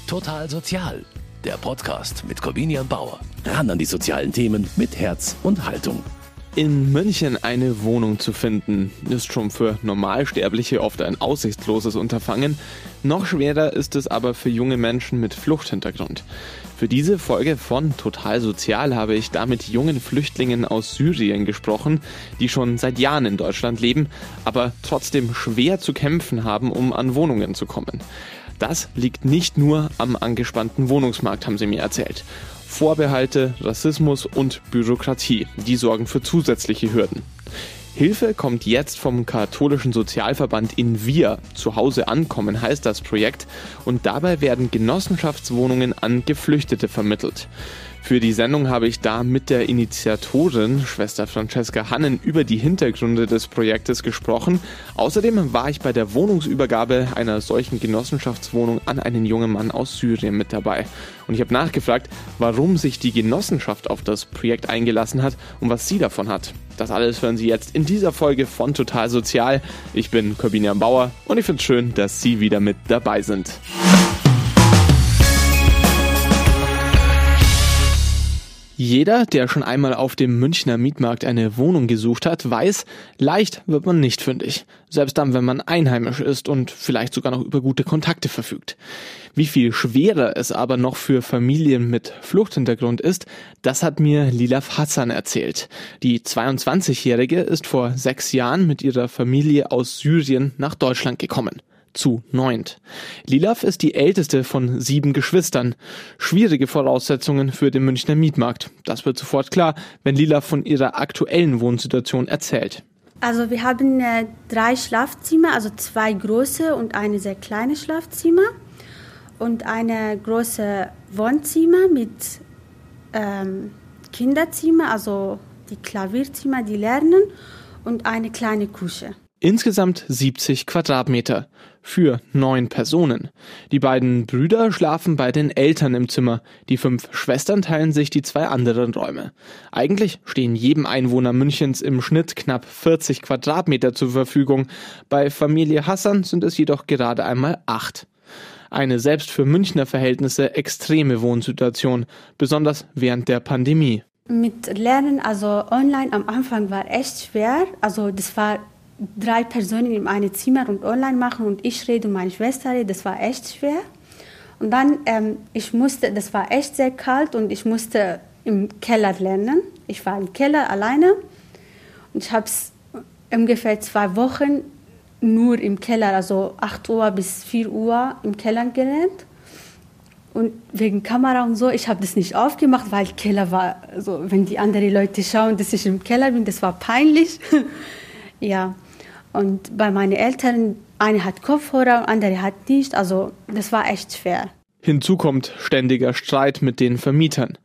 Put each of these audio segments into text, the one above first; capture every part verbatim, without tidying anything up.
Total Sozial, der Podcast mit Corbinian Bauer. Ran an die sozialen Themen mit Herz und Haltung. In München eine Wohnung zu finden, ist schon für Normalsterbliche oft ein aussichtsloses Unterfangen. Noch schwerer ist es aber für junge Menschen mit Fluchthintergrund. Für diese Folge von Total Sozial habe ich da mit jungen Flüchtlingen aus Syrien gesprochen, die schon seit Jahren in Deutschland leben, aber trotzdem schwer zu kämpfen haben, um an Wohnungen zu kommen. Das liegt nicht nur am angespannten Wohnungsmarkt, haben sie mir erzählt. Vorbehalte, Rassismus und Bürokratie, die sorgen für zusätzliche Hürden. Hilfe kommt jetzt vom katholischen Sozialverband in Wir. Zu Hause ankommen heißt das Projekt und dabei werden Genossenschaftswohnungen an Geflüchtete vermittelt. Für die Sendung habe ich da mit der Initiatorin, Schwester Francesca Hannen, über die Hintergründe des Projektes gesprochen. Außerdem war ich bei der Wohnungsübergabe einer solchen Genossenschaftswohnung an einen jungen Mann aus Syrien mit dabei. Und ich habe nachgefragt, warum sich die Genossenschaft auf das Projekt eingelassen hat und was sie davon hat. Das alles hören Sie jetzt in dieser Folge von Total Sozial. Ich bin Corbinian Bauer und ich finde es schön, dass Sie wieder mit dabei sind. Jeder, der schon einmal auf dem Münchner Mietmarkt eine Wohnung gesucht hat, weiß, leicht wird man nicht fündig. Selbst dann, wenn man einheimisch ist und vielleicht sogar noch über gute Kontakte verfügt. Wie viel schwerer es aber noch für Familien mit Fluchthintergrund ist, das hat mir Lilaf Hassan erzählt. Die zweiundzwanzigjährige ist vor sechs Jahren mit ihrer Familie aus Syrien nach Deutschland gekommen. Zu neunt. Lilaf ist die älteste von sieben Geschwistern. Schwierige Voraussetzungen für den Münchner Mietmarkt. Das wird sofort klar, wenn Lilaf von ihrer aktuellen Wohnsituation erzählt. Also wir haben äh, drei Schlafzimmer, also zwei große und eine sehr kleine Schlafzimmer und eine große Wohnzimmer mit ähm, Kinderzimmer, also die Klavierzimmer, die lernen und eine kleine Küche. Insgesamt siebzig Quadratmeter für neun Personen. Die beiden Brüder schlafen bei den Eltern im Zimmer. Die fünf Schwestern teilen sich die zwei anderen Räume. Eigentlich stehen jedem Einwohner Münchens im Schnitt knapp vierzig Quadratmeter zur Verfügung. Bei Familie Hassan sind es jedoch gerade einmal acht. Eine selbst für Münchner Verhältnisse extreme Wohnsituation, besonders während der Pandemie. Mit Lernen, also online am Anfang war echt schwer. Also das war drei Personen in einem Zimmer und online machen und ich rede und meine Schwester rede, das war echt schwer. Und dann, ähm, ich musste, das war echt sehr kalt und ich musste im Keller lernen. Ich war im Keller alleine und ich habe es ungefähr zwei Wochen nur im Keller, also acht Uhr bis vier Uhr im Keller gelernt. Und wegen Kamera und so, ich habe das nicht aufgemacht, weil Keller war, also wenn die anderen Leute schauen, dass ich im Keller bin, das war peinlich. Ja, und bei meinen Eltern, eine hat Kopfhörer, andere hat nicht, also das war echt schwer. Hinzu kommt ständiger Streit mit den Vermietern.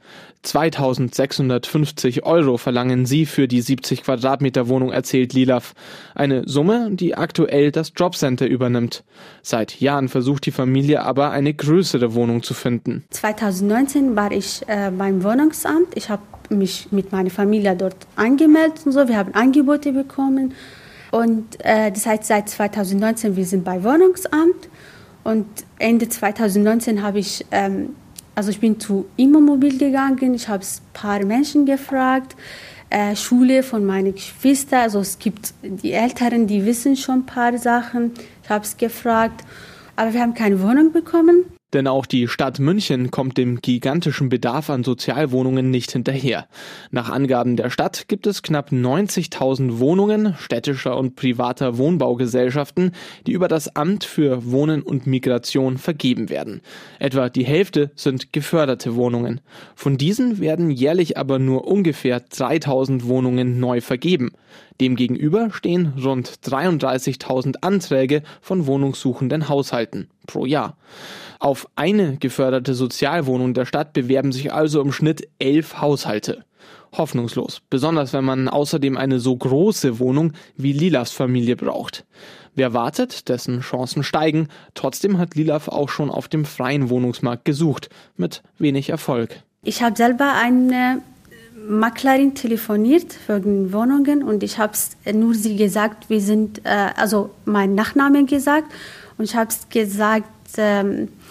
zweitausendsechshundertfünfzig Euro verlangen sie für die siebzig Quadratmeter Wohnung, erzählt Lilaf. Eine Summe, die aktuell das Jobcenter übernimmt. Seit Jahren versucht die Familie aber, eine größere Wohnung zu finden. zweitausendneunzehn war ich äh, beim Wohnungsamt. Ich habe mich mit meiner Familie dort angemeldet und so. Wir haben Angebote bekommen. Und äh, das heißt, seit zweitausendneunzehn wir sind bei Wohnungsamt. Und Ende zweitausendneunzehn habe ich, ähm, also ich bin zu Immomobil gegangen. Ich habe ein paar Menschen gefragt, äh, Schule von meinen Geschwistern. Also es gibt die Älteren, die wissen schon ein paar Sachen. Ich habe es gefragt, aber wir haben keine Wohnung bekommen. Denn auch die Stadt München kommt dem gigantischen Bedarf an Sozialwohnungen nicht hinterher. Nach Angaben der Stadt gibt es knapp neunzigtausend Wohnungen städtischer und privater Wohnbaugesellschaften, die über das Amt für Wohnen und Migration vergeben werden. Etwa die Hälfte sind geförderte Wohnungen. Von diesen werden jährlich aber nur ungefähr dreitausend Wohnungen neu vergeben. Demgegenüber stehen rund dreiunddreißigtausend Anträge von wohnungssuchenden Haushalten pro Jahr. Auf eine geförderte Sozialwohnung der Stadt bewerben sich also im Schnitt elf Haushalte. Hoffnungslos, besonders wenn man außerdem eine so große Wohnung wie Lilafs Familie braucht. Wer wartet, dessen Chancen steigen. Trotzdem hat Lilaf auch schon auf dem freien Wohnungsmarkt gesucht, mit wenig Erfolg. Ich habe selber eine Maklerin telefoniert wegen Wohnungen und ich habe nur sie gesagt, wir sind, äh, also meinen Nachnamen gesagt und ich habe gesagt, ähm,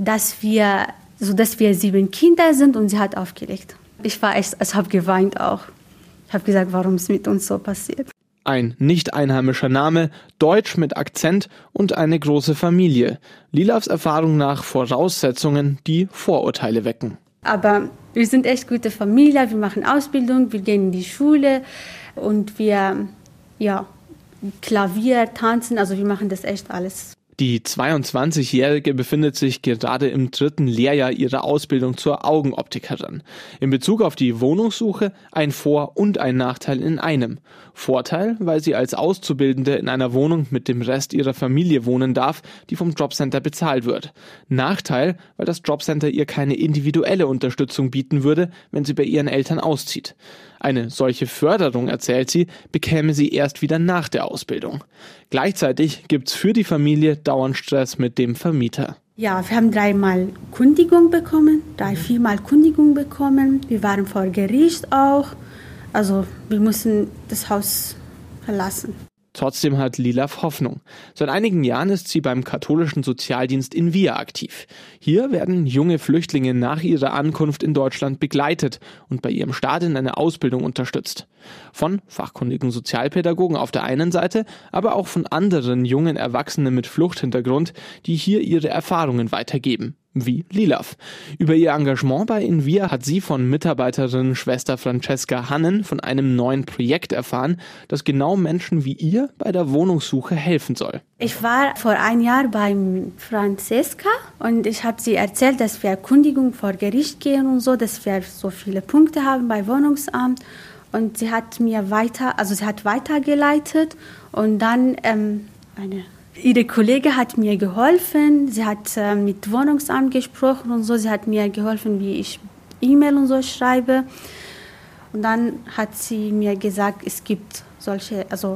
dass wir, so dass wir sieben Kinder sind und sie hat aufgelegt. Ich war echt, ich habe geweint auch. Ich habe gesagt, warum es mit uns so passiert. Ein nicht einheimischer Name, Deutsch mit Akzent und eine große Familie. Lilavs Erfahrung nach Voraussetzungen, die Vorurteile wecken. Aber wir sind echt gute Familie, wir machen Ausbildung, wir gehen in die Schule und wir, ja, Klavier, tanzen, also wir machen das echt alles. Die zweiundzwanzigjährige befindet sich gerade im dritten Lehrjahr ihrer Ausbildung zur Augenoptikerin. In Bezug auf die Wohnungssuche ein Vor- und ein Nachteil in einem. Vorteil, weil sie als Auszubildende in einer Wohnung mit dem Rest ihrer Familie wohnen darf, die vom Jobcenter bezahlt wird. Nachteil, weil das Jobcenter ihr keine individuelle Unterstützung bieten würde, wenn sie bei ihren Eltern auszieht. Eine solche Förderung, erzählt sie, bekäme sie erst wieder nach der Ausbildung. Gleichzeitig gibt's für die Familie dauernd Stress mit dem Vermieter. Ja, wir haben dreimal Kündigung bekommen, drei, viermal Kündigung bekommen. Wir waren vor Gericht auch. Also wir mussten das Haus verlassen. Trotzdem hat Lilav Hoffnung. Seit einigen Jahren ist sie beim katholischen Sozialdienst in Via aktiv. Hier werden junge Flüchtlinge nach ihrer Ankunft in Deutschland begleitet und bei ihrem Start in eine Ausbildung unterstützt. Von fachkundigen Sozialpädagogen auf der einen Seite, aber auch von anderen jungen Erwachsenen mit Fluchthintergrund, die hier ihre Erfahrungen weitergeben. Wie Lilav. Über ihr Engagement bei Invia hat sie von Mitarbeiterin Schwester Francesca Hannen von einem neuen Projekt erfahren, das genau Menschen wie ihr bei der Wohnungssuche helfen soll. Ich war vor einem Jahr bei Francesca und ich habe sie erzählt, dass wir Kündigung vor Gericht gehen und so, dass wir so viele Punkte haben bei Wohnungsamt. Und sie hat mir weiter, also sie hat weitergeleitet und dann ähm, eine Ihre Kollegin hat mir geholfen, sie hat äh, mit Wohnungsamt gesprochen und so, sie hat mir geholfen, wie ich E-Mail und so schreibe. Und dann hat sie mir gesagt, es gibt solche, also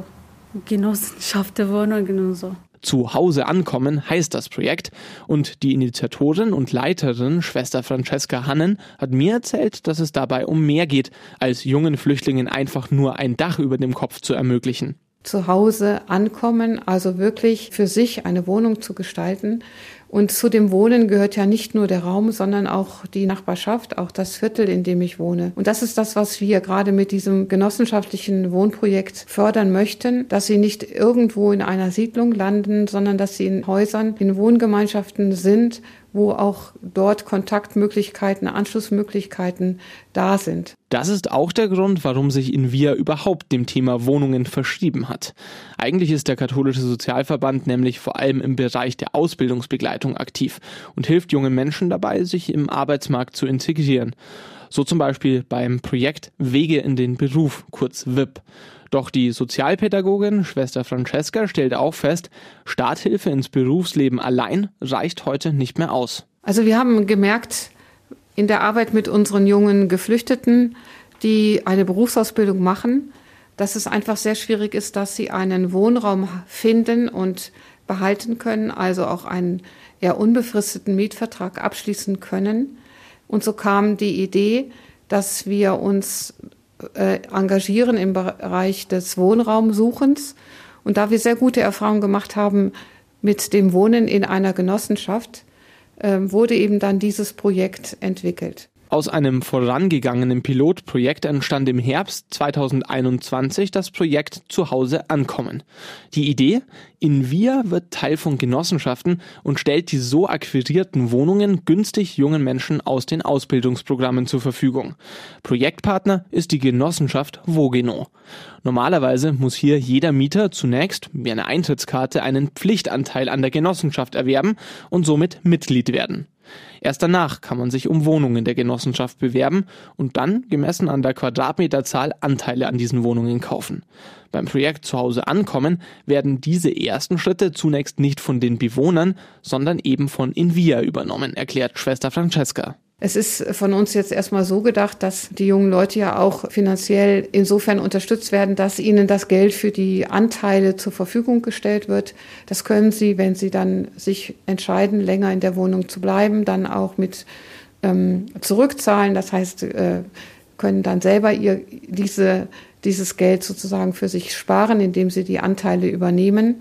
Genossenschaftswohnungen und so. Zu Hause ankommen heißt das Projekt und die Initiatorin und Leiterin, Schwester Francesca Hannen, hat mir erzählt, dass es dabei um mehr geht, als jungen Flüchtlingen einfach nur ein Dach über dem Kopf zu ermöglichen. Zu Hause ankommen, also wirklich für sich eine Wohnung zu gestalten. Und zu dem Wohnen gehört ja nicht nur der Raum, sondern auch die Nachbarschaft, auch das Viertel, in dem ich wohne. Und das ist das, was wir gerade mit diesem genossenschaftlichen Wohnprojekt fördern möchten, dass sie nicht irgendwo in einer Siedlung landen, sondern dass sie in Häusern, in Wohngemeinschaften sind, wo auch dort Kontaktmöglichkeiten, Anschlussmöglichkeiten da sind. Das ist auch der Grund, warum sich Invia überhaupt dem Thema Wohnungen verschrieben hat. Eigentlich ist der katholische Sozialverband nämlich vor allem im Bereich der Ausbildungsbegleitung aktiv und hilft jungen Menschen dabei, sich im Arbeitsmarkt zu integrieren. So zum Beispiel beim Projekt Wege in den Beruf, kurz W I B. Doch die Sozialpädagogin Schwester Francesca stellt auch fest, Starthilfe ins Berufsleben allein reicht heute nicht mehr aus. Also wir haben gemerkt, in der Arbeit mit unseren jungen Geflüchteten, die eine Berufsausbildung machen, dass es einfach sehr schwierig ist, dass sie einen Wohnraum finden und behalten können, also auch einen eher unbefristeten Mietvertrag abschließen können. Und so kam die Idee, dass wir uns äh, engagieren im Bereich des Wohnraumsuchens. Und da wir sehr gute Erfahrungen gemacht haben mit dem Wohnen in einer Genossenschaft, äh, wurde eben dann dieses Projekt entwickelt. Aus einem vorangegangenen Pilotprojekt entstand im Herbst zweitausendeinundzwanzig das Projekt Zuhause ankommen. Die Idee? Invia wird Teil von Genossenschaften und stellt die so akquirierten Wohnungen günstig jungen Menschen aus den Ausbildungsprogrammen zur Verfügung. Projektpartner ist die Genossenschaft Wogeno. Normalerweise muss hier jeder Mieter zunächst, wie eine Eintrittskarte, einen Pflichtanteil an der Genossenschaft erwerben und somit Mitglied werden. Erst danach kann man sich um Wohnungen der Genossenschaft bewerben und dann, gemessen an der Quadratmeterzahl, Anteile an diesen Wohnungen kaufen. Beim Projekt Zuhause ankommen werden diese ersten Schritte zunächst nicht von den Bewohnern, sondern eben von Invia übernommen, erklärt Schwester Francesca. Es ist von uns jetzt erstmal so gedacht, dass die jungen Leute ja auch finanziell insofern unterstützt werden, dass ihnen das Geld für die Anteile zur Verfügung gestellt wird. Das können sie, wenn sie dann sich entscheiden, länger in der Wohnung zu bleiben, dann auch mit ähm, zurückzahlen. Das heißt, äh, können dann selber ihr diese, dieses Geld sozusagen für sich sparen, indem sie die Anteile übernehmen.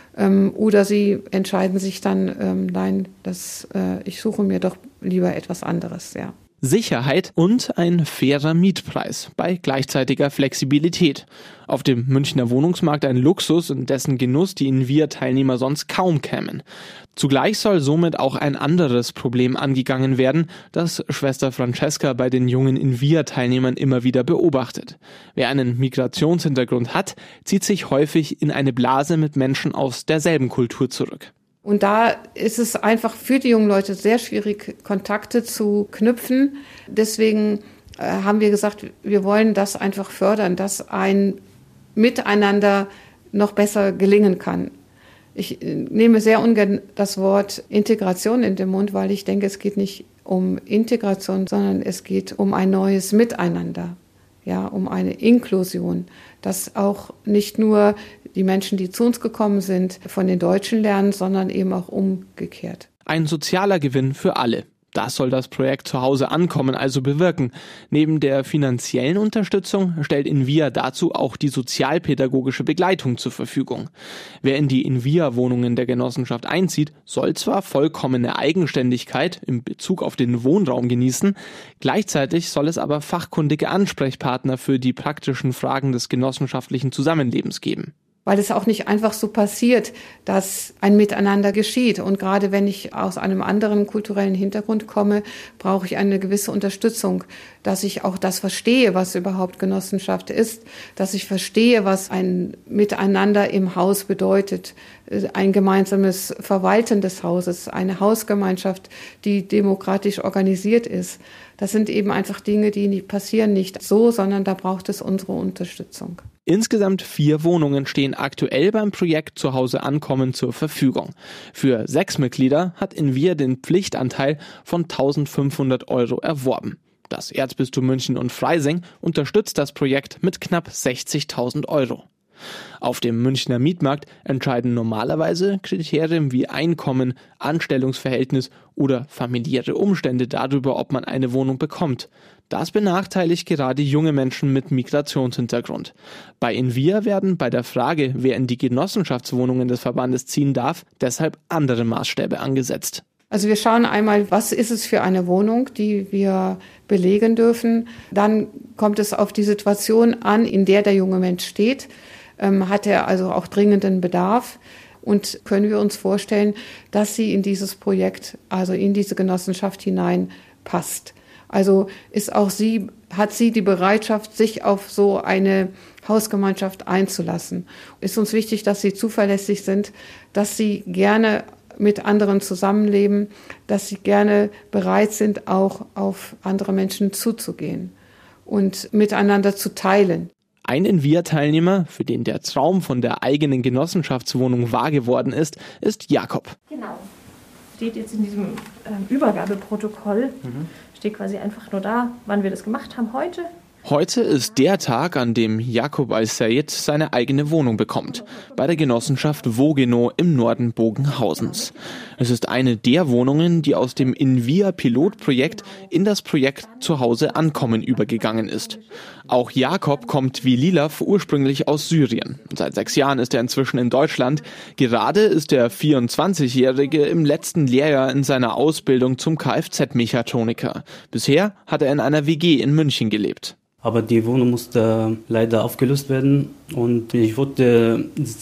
Ähm, oder sie entscheiden sich dann, ähm, nein, das, äh, ich suche mir doch lieber etwas anderes, ja. Sicherheit und ein fairer Mietpreis bei gleichzeitiger Flexibilität. Auf dem Münchner Wohnungsmarkt ein Luxus, in dessen Genuss die Invia-Teilnehmer sonst kaum kämen. Zugleich soll somit auch ein anderes Problem angegangen werden, das Schwester Francesca bei den jungen Invia-Teilnehmern immer wieder beobachtet. Wer einen Migrationshintergrund hat, zieht sich häufig in eine Blase mit Menschen aus derselben Kultur zurück. Und da ist es einfach für die jungen Leute sehr schwierig, Kontakte zu knüpfen. Deswegen äh, haben wir gesagt, wir wollen das einfach fördern, dass ein Miteinander noch besser gelingen kann. Ich äh, nehme sehr ungern das Wort Integration in den Mund, weil ich denke, es geht nicht um Integration, sondern es geht um ein neues Miteinander, ja, um eine Inklusion, dass auch nicht nur die Menschen, die zu uns gekommen sind, von den Deutschen lernen, sondern eben auch umgekehrt. Ein sozialer Gewinn für alle. Das soll das Projekt Zuhause ankommen also bewirken. Neben der finanziellen Unterstützung stellt Invia dazu auch die sozialpädagogische Begleitung zur Verfügung. Wer in die Invia-Wohnungen der Genossenschaft einzieht, soll zwar vollkommene Eigenständigkeit in Bezug auf den Wohnraum genießen, gleichzeitig soll es aber fachkundige Ansprechpartner für die praktischen Fragen des genossenschaftlichen Zusammenlebens geben. Weil es auch nicht einfach so passiert, dass ein Miteinander geschieht. Und gerade wenn ich aus einem anderen kulturellen Hintergrund komme, brauche ich eine gewisse Unterstützung, dass ich auch das verstehe, was überhaupt Genossenschaft ist, dass ich verstehe, was ein Miteinander im Haus bedeutet, ein gemeinsames Verwalten des Hauses, eine Hausgemeinschaft, die demokratisch organisiert ist. Das sind eben einfach Dinge, die passieren nicht so, sondern da braucht es unsere Unterstützung. Insgesamt vier Wohnungen stehen aktuell beim Projekt Zuhause ankommen zur Verfügung. Für sechs Mitglieder hat Invia den Pflichtanteil von eintausendfünfhundert Euro erworben. Das Erzbistum München und Freising unterstützt das Projekt mit knapp sechzigtausend Euro. Auf dem Münchner Mietmarkt entscheiden normalerweise Kriterien wie Einkommen, Anstellungsverhältnis oder familiäre Umstände darüber, ob man eine Wohnung bekommt. Das benachteiligt gerade junge Menschen mit Migrationshintergrund. Bei Invia werden bei der Frage, wer in die Genossenschaftswohnungen des Verbandes ziehen darf, deshalb andere Maßstäbe angesetzt. Also wir schauen einmal, was ist es für eine Wohnung, die wir belegen dürfen. Dann kommt es auf die Situation an, in der der junge Mensch steht. Ähm, hat er also auch dringenden Bedarf? Und können wir uns vorstellen, dass sie in dieses Projekt, also in diese Genossenschaft hinein passt? Also ist auch sie, hat sie die Bereitschaft, sich auf so eine Hausgemeinschaft einzulassen? Ist uns wichtig, dass sie zuverlässig sind, dass sie gerne mit anderen zusammenleben, dass sie gerne bereit sind, auch auf andere Menschen zuzugehen und miteinander zu teilen. Ein Invia-Teilnehmer, für den der Traum von der eigenen Genossenschaftswohnung wahr geworden ist, ist Jakob. Genau. Steht jetzt in diesem ähm, Übergabeprotokoll, mhm. steht quasi einfach nur da, wann wir das gemacht haben, heute. Heute ist der Tag, an dem Jakob Al-Sayed seine eigene Wohnung bekommt, bei der Genossenschaft Wogeno im Norden Bogenhausens. Es ist eine der Wohnungen, die aus dem Invia-Pilotprojekt in das Projekt Zuhause ankommen übergegangen ist. Auch Jakob kommt wie Lilaf ursprünglich aus Syrien. Seit sechs Jahren ist er inzwischen in Deutschland. Gerade ist der vierundzwanzigjährige im letzten Lehrjahr in seiner Ausbildung zum Kfz-Mechatroniker. Bisher hat er in einer W G in München gelebt. Aber die Wohnung musste leider aufgelöst werden und ich wollte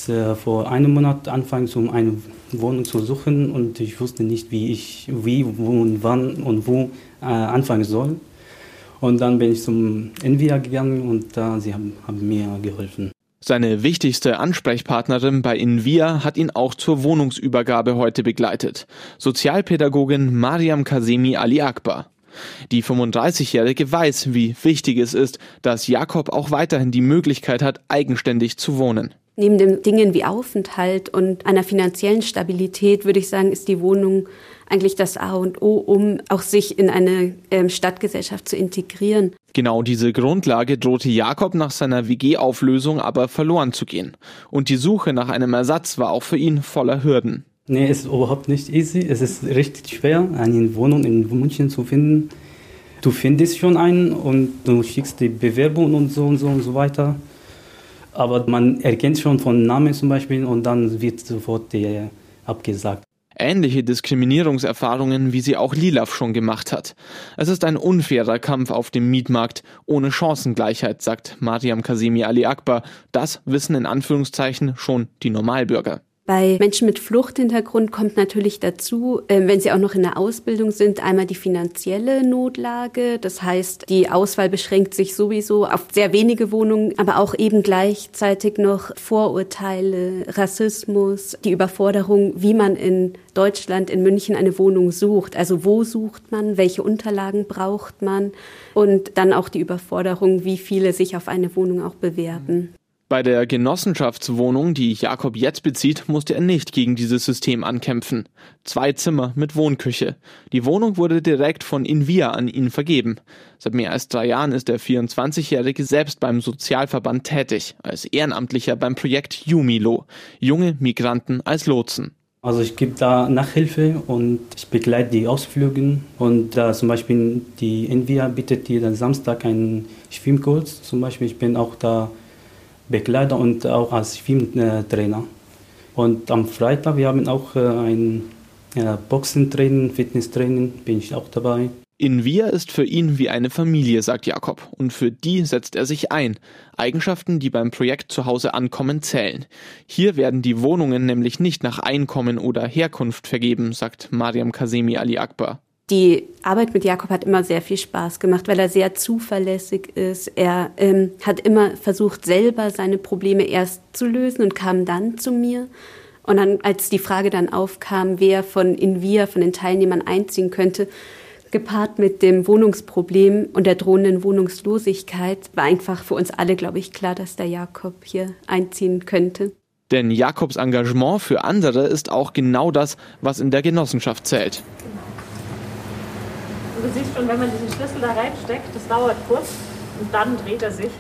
vor einem Monat anfangen, um eine Wohnung zu suchen und ich wusste nicht, wie ich wie, wo und wann und wo äh, anfangen soll. Und dann bin ich zum Invia gegangen und äh, sie haben, haben mir geholfen. Seine wichtigste Ansprechpartnerin bei Invia hat ihn auch zur Wohnungsübergabe heute begleitet. Sozialpädagogin Mariam Kasemi Ali Akbar. Die fünfunddreißigjährige weiß, wie wichtig es ist, dass Jakob auch weiterhin die Möglichkeit hat, eigenständig zu wohnen. Neben den Dingen wie Aufenthalt und einer finanziellen Stabilität, würde ich sagen, ist die Wohnung eigentlich das A und O, um auch sich in eine ähm, Stadtgesellschaft zu integrieren. Genau diese Grundlage drohte Jakob nach seiner W G-Auflösung aber verloren zu gehen. Und die Suche nach einem Ersatz war auch für ihn voller Hürden. Nee, es ist überhaupt nicht easy. Es ist richtig schwer, eine Wohnung in München zu finden. Du findest schon einen und du schickst die Bewerbung und so und so und so weiter. aber man erkennt schon von Namen zum Beispiel und dann wird sofort der abgesagt. Ähnliche Diskriminierungserfahrungen, wie sie auch Lilaf schon gemacht hat. Es ist ein unfairer Kampf auf dem Mietmarkt, ohne Chancengleichheit, sagt Mariam Kazemi Ali Akbar. Das wissen in Anführungszeichen schon die Normalbürger. Bei Menschen mit Fluchthintergrund kommt natürlich dazu, wenn sie auch noch in der Ausbildung sind, einmal die finanzielle Notlage. Das heißt, die Auswahl beschränkt sich sowieso auf sehr wenige Wohnungen, aber auch eben gleichzeitig noch Vorurteile, Rassismus, die Überforderung, wie man in Deutschland, in München eine Wohnung sucht. Also wo sucht man, welche Unterlagen braucht man und dann auch die Überforderung, wie viele sich auf eine Wohnung auch bewerben. Bei der Genossenschaftswohnung, die Jakob jetzt bezieht, musste er nicht gegen dieses System ankämpfen. Zwei Zimmer mit Wohnküche. Die Wohnung wurde direkt von Invia an ihn vergeben. Seit mehr als drei Jahren ist der vierundzwanzigjährige selbst beim Sozialverband tätig, als Ehrenamtlicher beim Projekt Jumilo, junge Migranten als Lotsen. Also ich gebe da Nachhilfe und ich begleite die Ausflüge und da zum Beispiel die Invia bietet dir dann Samstag einen Schwimmkurs. Zum Beispiel ich bin auch da Begleiter und auch als Schwimmtrainer. Und am Freitag, wir haben auch ein Boxentraining, Fitnesstraining, bin ich auch dabei. Invia ist für ihn wie eine Familie, sagt Jakob, und für die setzt er sich ein. Eigenschaften, die beim Projekt zu Hause ankommen, zählen. Hier werden die Wohnungen nämlich nicht nach Einkommen oder Herkunft vergeben, sagt Mariam Kazemi Ali Akbar. Die Arbeit mit Jakob hat immer sehr viel Spaß gemacht, weil er sehr zuverlässig ist. Er ähm, hat immer versucht, selber seine Probleme erst zu lösen und kam dann zu mir. Und dann, als die Frage dann aufkam, wer von Invia, von den Teilnehmern einziehen könnte, gepaart mit dem Wohnungsproblem und der drohenden Wohnungslosigkeit, war einfach für uns alle, glaube ich, klar, dass der Jakob hier einziehen könnte. Denn Jakobs Engagement für andere ist auch genau das, was in der Genossenschaft zählt. Und du siehst schon, wenn man diesen Schlüssel da reinsteckt, das dauert kurz und dann dreht er sich.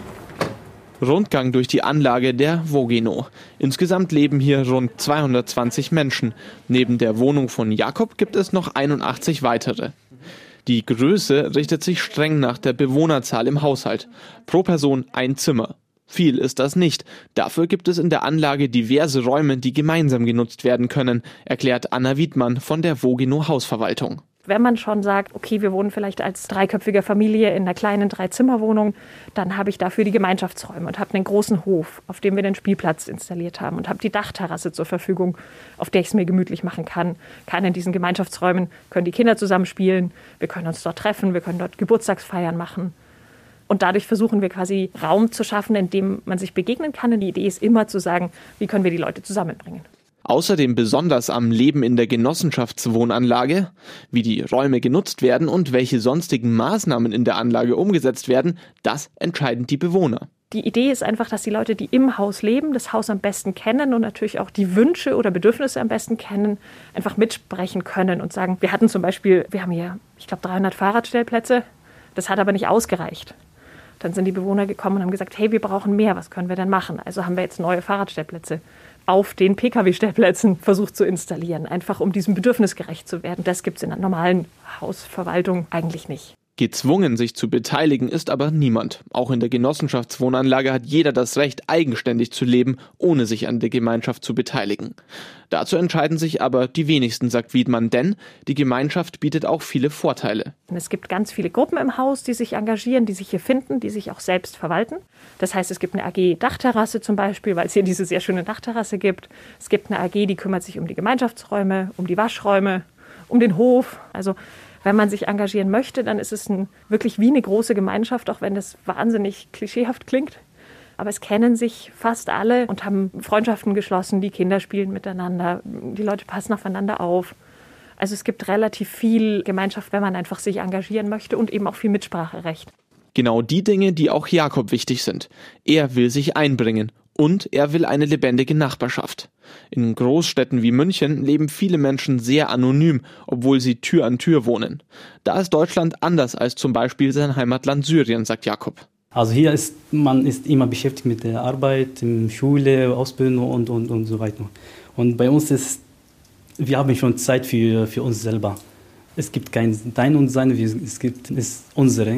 Rundgang durch die Anlage der Vogeno. Insgesamt leben hier rund zweihundertzwanzig Menschen. Neben der Wohnung von Jakob gibt es noch einundachtzig weitere. Die Größe richtet sich streng nach der Bewohnerzahl im Haushalt. Pro Person ein Zimmer. Viel ist das nicht. Dafür gibt es in der Anlage diverse Räume, die gemeinsam genutzt werden können, erklärt Anna Wiedmann von der Vogeno Hausverwaltung. Wenn man schon sagt, okay, wir wohnen vielleicht als dreiköpfige Familie in einer kleinen Dreizimmerwohnung, dann habe ich dafür die Gemeinschaftsräume und habe einen großen Hof, auf dem wir den Spielplatz installiert haben und habe die Dachterrasse zur Verfügung, auf der ich es mir gemütlich machen kann. Kann in diesen Gemeinschaftsräumen, können die Kinder zusammen spielen, wir können uns dort treffen, wir können dort Geburtstagsfeiern machen. Und dadurch versuchen wir quasi Raum zu schaffen, in dem man sich begegnen kann. Und die Idee ist immer zu sagen, wie können wir die Leute zusammenbringen. Außerdem besonders am Leben in der Genossenschaftswohnanlage, wie die Räume genutzt werden und welche sonstigen Maßnahmen in der Anlage umgesetzt werden, das entscheiden die Bewohner. Die Idee ist einfach, dass die Leute, die im Haus leben, das Haus am besten kennen und natürlich auch die Wünsche oder Bedürfnisse am besten kennen, einfach mitsprechen können und sagen, wir hatten zum Beispiel, wir haben hier, ich glaube, dreihundert Fahrradstellplätze, das hat aber nicht ausgereicht. Dann sind die Bewohner gekommen und haben gesagt, hey, wir brauchen mehr, was können wir denn machen? Also haben wir jetzt neue Fahrradstellplätze auf den Pkw-Stellplätzen versucht zu installieren, einfach um diesem Bedürfnis gerecht zu werden. Das gibt es in einer normalen Hausverwaltung eigentlich nicht. Gezwungen, sich zu beteiligen, ist aber niemand. Auch in der Genossenschaftswohnanlage hat jeder das Recht, eigenständig zu leben, ohne sich an der Gemeinschaft zu beteiligen. Dazu entscheiden sich aber die wenigsten, sagt Wiedmann, denn die Gemeinschaft bietet auch viele Vorteile. Es gibt ganz viele Gruppen im Haus, die sich engagieren, die sich hier finden, die sich auch selbst verwalten. Das heißt, es gibt eine A G Dachterrasse zum Beispiel, weil es hier diese sehr schöne Dachterrasse gibt. Es gibt eine A G, die kümmert sich um die Gemeinschaftsräume, um die Waschräume, um den Hof. Also wenn man sich engagieren möchte, dann ist es ein, wirklich wie eine große Gemeinschaft, auch wenn das wahnsinnig klischeehaft klingt. Aber es kennen sich fast alle und haben Freundschaften geschlossen, die Kinder spielen miteinander, die Leute passen aufeinander auf. Also es gibt relativ viel Gemeinschaft, wenn man einfach sich engagieren möchte und eben auch viel Mitspracherecht. Genau die Dinge, die auch Jakob wichtig sind. Er will sich einbringen. Und er will eine lebendige Nachbarschaft. In Großstädten wie München leben viele Menschen sehr anonym, obwohl sie Tür an Tür wohnen. Da ist Deutschland anders als zum Beispiel sein Heimatland Syrien, sagt Jakob. Also hier ist man ist immer beschäftigt mit der Arbeit, Schule, Ausbildung und, und, und so weiter. Und bei uns ist, wir haben schon Zeit für, für uns selber. Es gibt kein Dein und Sein, es gibt es unsere.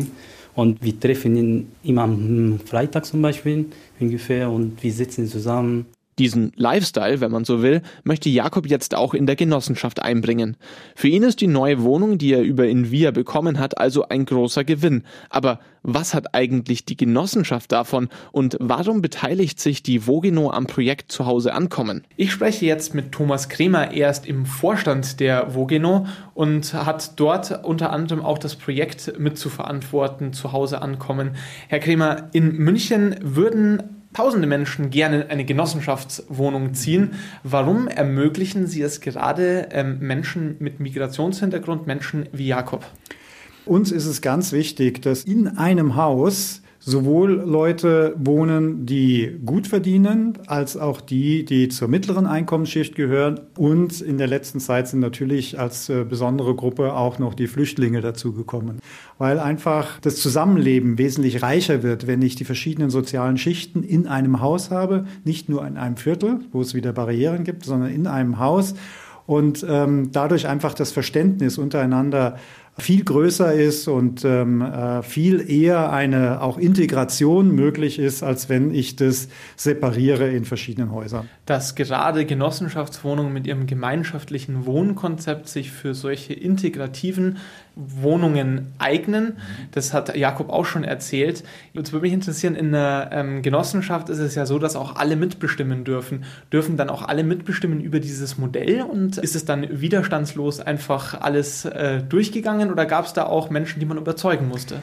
Und wir treffen ihn immer am Freitag zum Beispiel ungefähr und wir sitzen zusammen. Diesen Lifestyle, wenn man so will, möchte Jakob jetzt auch in der Genossenschaft einbringen. Für ihn ist die neue Wohnung, die er über Invia bekommen hat, also ein großer Gewinn. Aber was hat eigentlich die Genossenschaft davon und warum beteiligt sich die Vogeno am Projekt Zuhause ankommen? Ich spreche jetzt mit Thomas Kremer, er ist im Vorstand der Vogeno und hat dort unter anderem auch das Projekt mitzuverantworten, Zuhause ankommen. Herr Kremer, in München würden tausende Menschen gerne eine Genossenschaftswohnung ziehen. Warum ermöglichen Sie es gerade ähm, Menschen mit Migrationshintergrund, Menschen wie Jakob? Uns ist es ganz wichtig, dass in einem Haus sowohl Leute wohnen, die gut verdienen, als auch die, die zur mittleren Einkommensschicht gehören. Und in der letzten Zeit sind natürlich als äh, besondere Gruppe auch noch die Flüchtlinge dazugekommen. Weil einfach das Zusammenleben wesentlich reicher wird, wenn ich die verschiedenen sozialen Schichten in einem Haus habe. Nicht nur in einem Viertel, wo es wieder Barrieren gibt, sondern in einem Haus. Und ähm, dadurch einfach das Verständnis untereinander viel größer ist und ähm, äh, viel eher eine auch Integration möglich ist, als wenn ich das separiere in verschiedenen Häusern. Dass gerade Genossenschaftswohnungen mit ihrem gemeinschaftlichen Wohnkonzept sich für solche integrativen Wohnungen eignen, das hat Jakob auch schon erzählt. Jetzt würde mich interessieren, in einer ähm, Genossenschaft ist es ja so, dass auch alle mitbestimmen dürfen. Dürfen dann auch alle mitbestimmen über dieses Modell und ist es dann widerstandslos einfach alles äh, durchgegangen oder gab es da auch Menschen, die man überzeugen musste?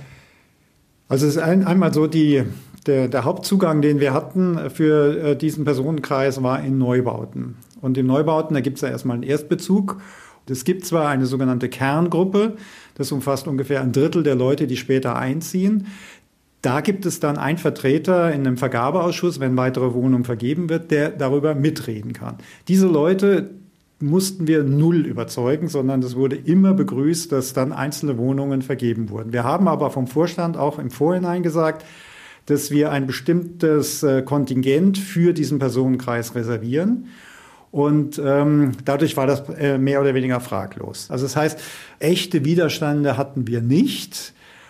Also es ist ein, einmal so, die, der, der Hauptzugang, den wir hatten für äh, diesen Personenkreis, war in Neubauten. Und in Neubauten, da gibt es ja erstmal einen Erstbezug. Es gibt zwar eine sogenannte Kerngruppe, das umfasst ungefähr ein Drittel der Leute, die später einziehen. Da gibt es dann einen Vertreter in einem Vergabeausschuss, wenn weitere Wohnungen vergeben wird, der darüber mitreden kann. Diese Leute mussten wir null überzeugen, sondern es wurde immer begrüßt, dass dann einzelne Wohnungen vergeben wurden. Wir haben aber vom Vorstand auch im Vorhinein gesagt, dass wir ein bestimmtes Kontingent für diesen Personenkreis reservieren. Und ähm, dadurch war das äh, mehr oder weniger fraglos. Also das heißt, echte Widerstände hatten wir nicht.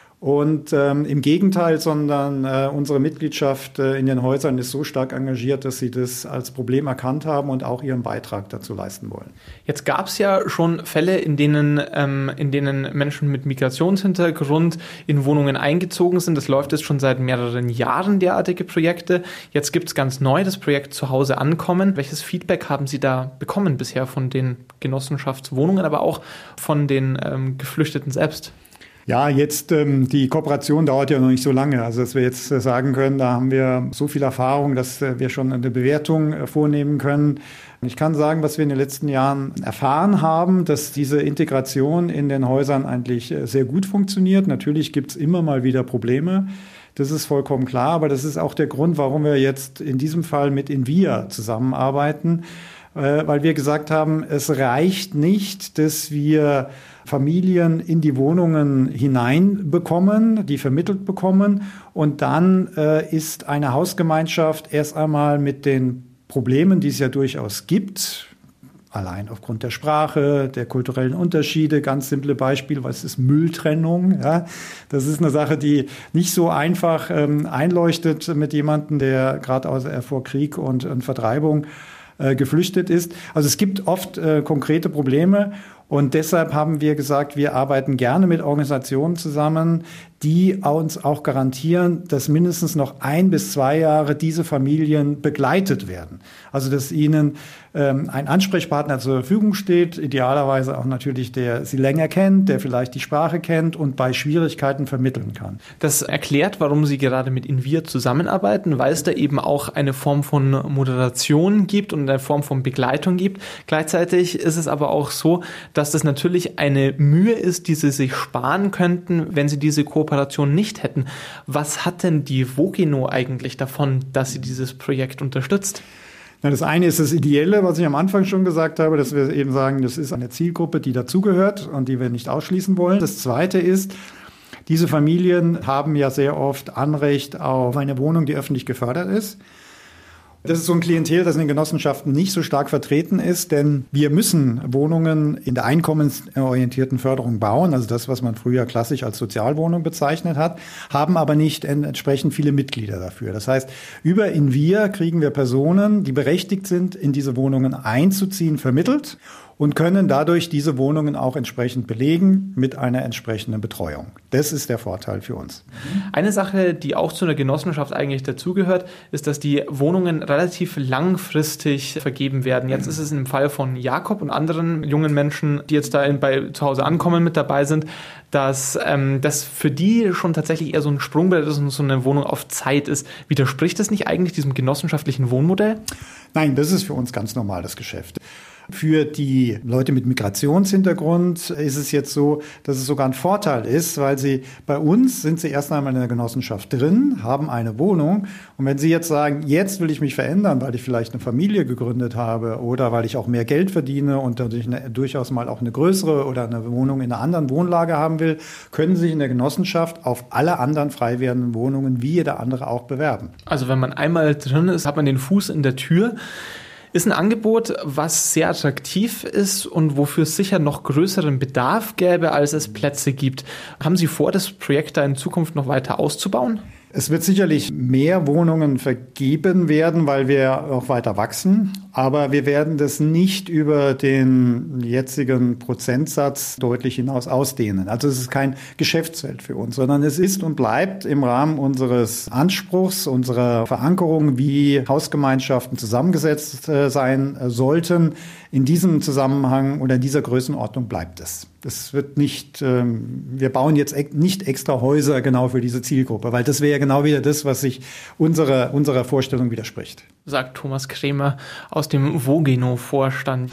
Und ähm, im Gegenteil, sondern äh, unsere Mitgliedschaft äh, in den Häusern ist so stark engagiert, dass sie das als Problem erkannt haben und auch ihren Beitrag dazu leisten wollen. Jetzt gab es ja schon Fälle, in denen, ähm, in denen Menschen mit Migrationshintergrund in Wohnungen eingezogen sind. Das läuft jetzt schon seit mehreren Jahren, derartige Projekte. Jetzt gibt es ganz neu das Projekt Zuhause ankommen. Welches Feedback haben Sie da bekommen bisher von den Genossenschaftswohnungen, aber auch von den ähm, Geflüchteten selbst? Ja, jetzt ähm, die Kooperation dauert ja noch nicht so lange. Also dass wir jetzt äh, sagen können, da haben wir so viel Erfahrung, dass äh, wir schon eine Bewertung äh, vornehmen können. Ich kann sagen, was wir in den letzten Jahren erfahren haben, dass diese Integration in den Häusern eigentlich äh, sehr gut funktioniert. Natürlich gibt es immer mal wieder Probleme. Das ist vollkommen klar, aber das ist auch der Grund, warum wir jetzt in diesem Fall mit Invia zusammenarbeiten, äh, weil wir gesagt haben, es reicht nicht, dass wir Familien in die Wohnungen hineinbekommen, die vermittelt bekommen. Und dann äh, ist eine Hausgemeinschaft erst einmal mit den Problemen, die es ja durchaus gibt, allein aufgrund der Sprache, der kulturellen Unterschiede, ganz simple Beispiel, was ist Mülltrennung? Ja, das ist eine Sache, die nicht so einfach ähm, einleuchtet mit jemandem, der gerade aus äh, vor Krieg und, und Vertreibung äh, geflüchtet ist. Also es gibt oft äh, konkrete Probleme. Und deshalb haben wir gesagt, wir arbeiten gerne mit Organisationen zusammen, die uns auch garantieren, dass mindestens noch ein bis zwei Jahre diese Familien begleitet werden. Also dass ihnen ähm, ein Ansprechpartner zur Verfügung steht, idealerweise auch natürlich, der sie länger kennt, der vielleicht die Sprache kennt und bei Schwierigkeiten vermitteln kann. Das erklärt, warum Sie gerade mit Invia zusammenarbeiten, weil es da eben auch eine Form von Moderation gibt und eine Form von Begleitung gibt. Gleichzeitig ist es aber auch so, dass das natürlich eine Mühe ist, die Sie sich sparen könnten, wenn Sie diese Kooperation nicht hätten. Was hat denn die Vogeno eigentlich davon, dass sie dieses Projekt unterstützt? Na, das eine ist das Ideelle, was ich am Anfang schon gesagt habe, dass wir eben sagen, das ist eine Zielgruppe, die dazugehört und die wir nicht ausschließen wollen. Das Zweite ist, diese Familien haben ja sehr oft Anrecht auf eine Wohnung, die öffentlich gefördert ist. Das ist so ein Klientel, das in den Genossenschaften nicht so stark vertreten ist, denn wir müssen Wohnungen in der einkommensorientierten Förderung bauen, also das, was man früher klassisch als Sozialwohnung bezeichnet hat, haben aber nicht entsprechend viele Mitglieder dafür. Das heißt, über Invia kriegen wir Personen, die berechtigt sind, in diese Wohnungen einzuziehen, vermittelt und können dadurch diese Wohnungen auch entsprechend belegen mit einer entsprechenden Betreuung. Das ist der Vorteil für uns. Eine Sache, die auch zu einer Genossenschaft eigentlich dazugehört, ist, dass die Wohnungen relativ langfristig vergeben werden. Jetzt ist es im Fall von Jakob und anderen jungen Menschen, die jetzt da in, bei zu Hause ankommen, mit dabei sind, dass ähm, das für die schon tatsächlich eher so ein Sprungbrett ist und so eine Wohnung auf Zeit ist. Widerspricht das nicht eigentlich diesem genossenschaftlichen Wohnmodell? Nein, das ist für uns ganz normal das Geschäft. Für die Leute mit Migrationshintergrund ist es jetzt so, dass es sogar ein Vorteil ist, weil sie bei uns sind sie erst einmal in der Genossenschaft drin, haben eine Wohnung. Und wenn sie jetzt sagen, jetzt will ich mich verändern, weil ich vielleicht eine Familie gegründet habe oder weil ich auch mehr Geld verdiene und dadurch eine, durchaus mal auch eine größere oder eine Wohnung in einer anderen Wohnlage haben will, können sie sich in der Genossenschaft auf alle anderen frei werdenden Wohnungen wie jeder andere auch bewerben. Also wenn man einmal drin ist, hat man den Fuß in der Tür. Ist ein Angebot, was sehr attraktiv ist und wofür es sicher noch größeren Bedarf gäbe, als es Plätze gibt. Haben Sie vor, das Projekt da in Zukunft noch weiter auszubauen? Es wird sicherlich mehr Wohnungen vergeben werden, weil wir auch weiter wachsen. Aber wir werden das nicht über den jetzigen Prozentsatz deutlich hinaus ausdehnen. Also es ist kein Geschäftsfeld für uns, sondern es ist und bleibt im Rahmen unseres Anspruchs, unserer Verankerung, wie Hausgemeinschaften zusammengesetzt sein sollten. In diesem Zusammenhang oder in dieser Größenordnung bleibt es. Das wird nicht, wir bauen jetzt nicht extra Häuser genau für diese Zielgruppe, weil das wäre ja genau wieder das, was sich unserer, unserer Vorstellung widerspricht. Sagt Thomas Krämer aus dem Vogeno-Vorstand.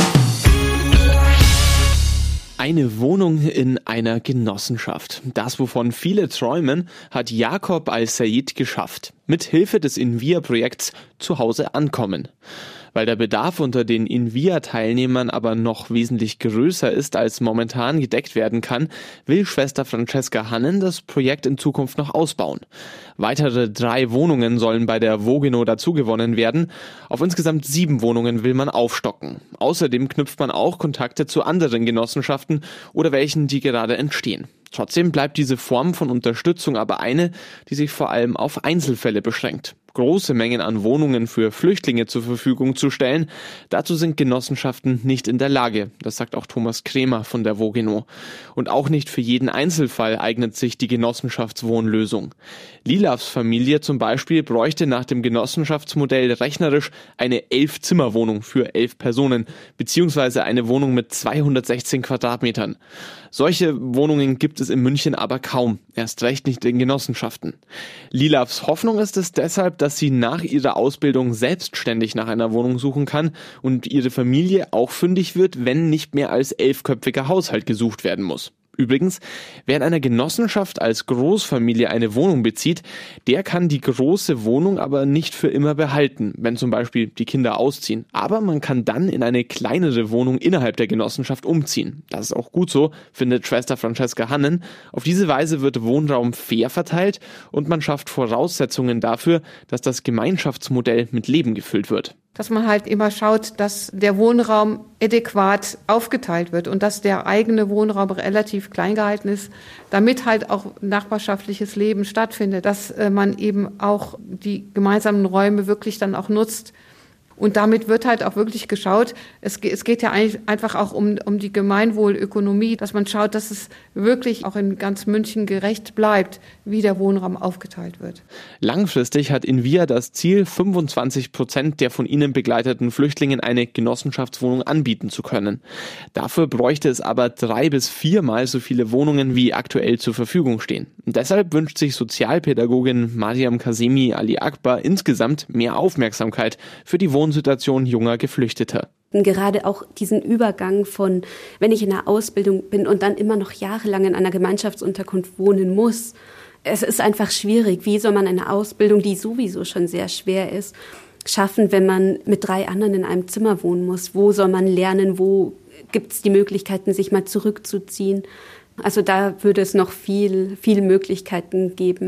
Eine Wohnung in einer Genossenschaft. Das, wovon viele träumen, hat Jakob Al-Sayed geschafft. Mit Hilfe des Invia-Projekts zu Hause ankommen. Weil der Bedarf unter den Invia-Teilnehmern aber noch wesentlich größer ist, als momentan gedeckt werden kann, will Schwester Francesca Hannen das Projekt in Zukunft noch ausbauen. Weitere drei Wohnungen sollen bei der Vogeno dazugewonnen werden. Auf insgesamt sieben Wohnungen will man aufstocken. Außerdem knüpft man auch Kontakte zu anderen Genossenschaften oder welchen, die gerade entstehen. Trotzdem bleibt diese Form von Unterstützung aber eine, die sich vor allem auf Einzelfälle beschränkt. Große Mengen an Wohnungen für Flüchtlinge zur Verfügung zu stellen, dazu sind Genossenschaften nicht in der Lage. Das sagt auch Thomas Krämer von der Vogeno. Und auch nicht für jeden Einzelfall eignet sich die Genossenschaftswohnlösung. Lilavs Familie zum Beispiel bräuchte nach dem Genossenschaftsmodell rechnerisch eine Elf-Zimmer-Wohnung für elf Personen, beziehungsweise eine Wohnung mit zweihundertsechzehn Quadratmetern. Solche Wohnungen gibt es in München aber kaum, erst recht nicht in Genossenschaften. Lilavs Hoffnung ist es deshalb, dass sie nach ihrer Ausbildung selbstständig nach einer Wohnung suchen kann und ihre Familie auch fündig wird, wenn nicht mehr als elfköpfiger Haushalt gesucht werden muss. Übrigens, wer in einer Genossenschaft als Großfamilie eine Wohnung bezieht, der kann die große Wohnung aber nicht für immer behalten, wenn zum Beispiel die Kinder ausziehen. Aber man kann dann in eine kleinere Wohnung innerhalb der Genossenschaft umziehen. Das ist auch gut so, findet Schwester Francesca Hannen. Auf diese Weise wird Wohnraum fair verteilt und man schafft Voraussetzungen dafür, dass das Gemeinschaftsmodell mit Leben gefüllt wird. Dass man halt immer schaut, dass der Wohnraum adäquat aufgeteilt wird und dass der eigene Wohnraum relativ klein gehalten ist, damit halt auch nachbarschaftliches Leben stattfindet, dass man eben auch die gemeinsamen Räume wirklich dann auch nutzt. Und damit wird halt auch wirklich geschaut, es, es geht ja eigentlich einfach auch um, um die Gemeinwohlökonomie, dass man schaut, dass es wirklich auch in ganz München gerecht bleibt, wie der Wohnraum aufgeteilt wird. Langfristig hat Invia das Ziel, fünfundzwanzig Prozent der von ihnen begleiteten Flüchtlingen eine Genossenschaftswohnung anbieten zu können. Dafür bräuchte es aber drei bis viermal so viele Wohnungen wie aktuell zur Verfügung stehen. Und deshalb wünscht sich Sozialpädagogin Mariam Kazemi Ali Akbar insgesamt mehr Aufmerksamkeit für die Wohnsituation junger Geflüchteter. Gerade auch diesen Übergang von, wenn ich in einer Ausbildung bin und dann immer noch jahrelang in einer Gemeinschaftsunterkunft wohnen muss. Es ist einfach schwierig. Wie soll man eine Ausbildung, die sowieso schon sehr schwer ist, schaffen, wenn man mit drei anderen in einem Zimmer wohnen muss? Wo soll man lernen? Wo gibt es die Möglichkeiten, sich mal zurückzuziehen? Also da würde es noch viel, viel Möglichkeiten geben.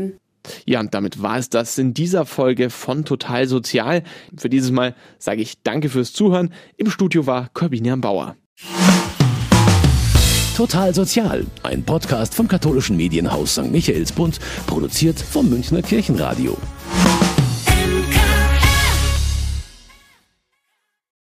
Ja, und damit war es das in dieser Folge von Total Sozial. Für dieses Mal sage ich danke fürs Zuhören. Im Studio war Corbinian Bauer. Total Sozial, ein Podcast vom katholischen Medienhaus Sankt Michaelsbund, produziert vom Münchner Kirchenradio.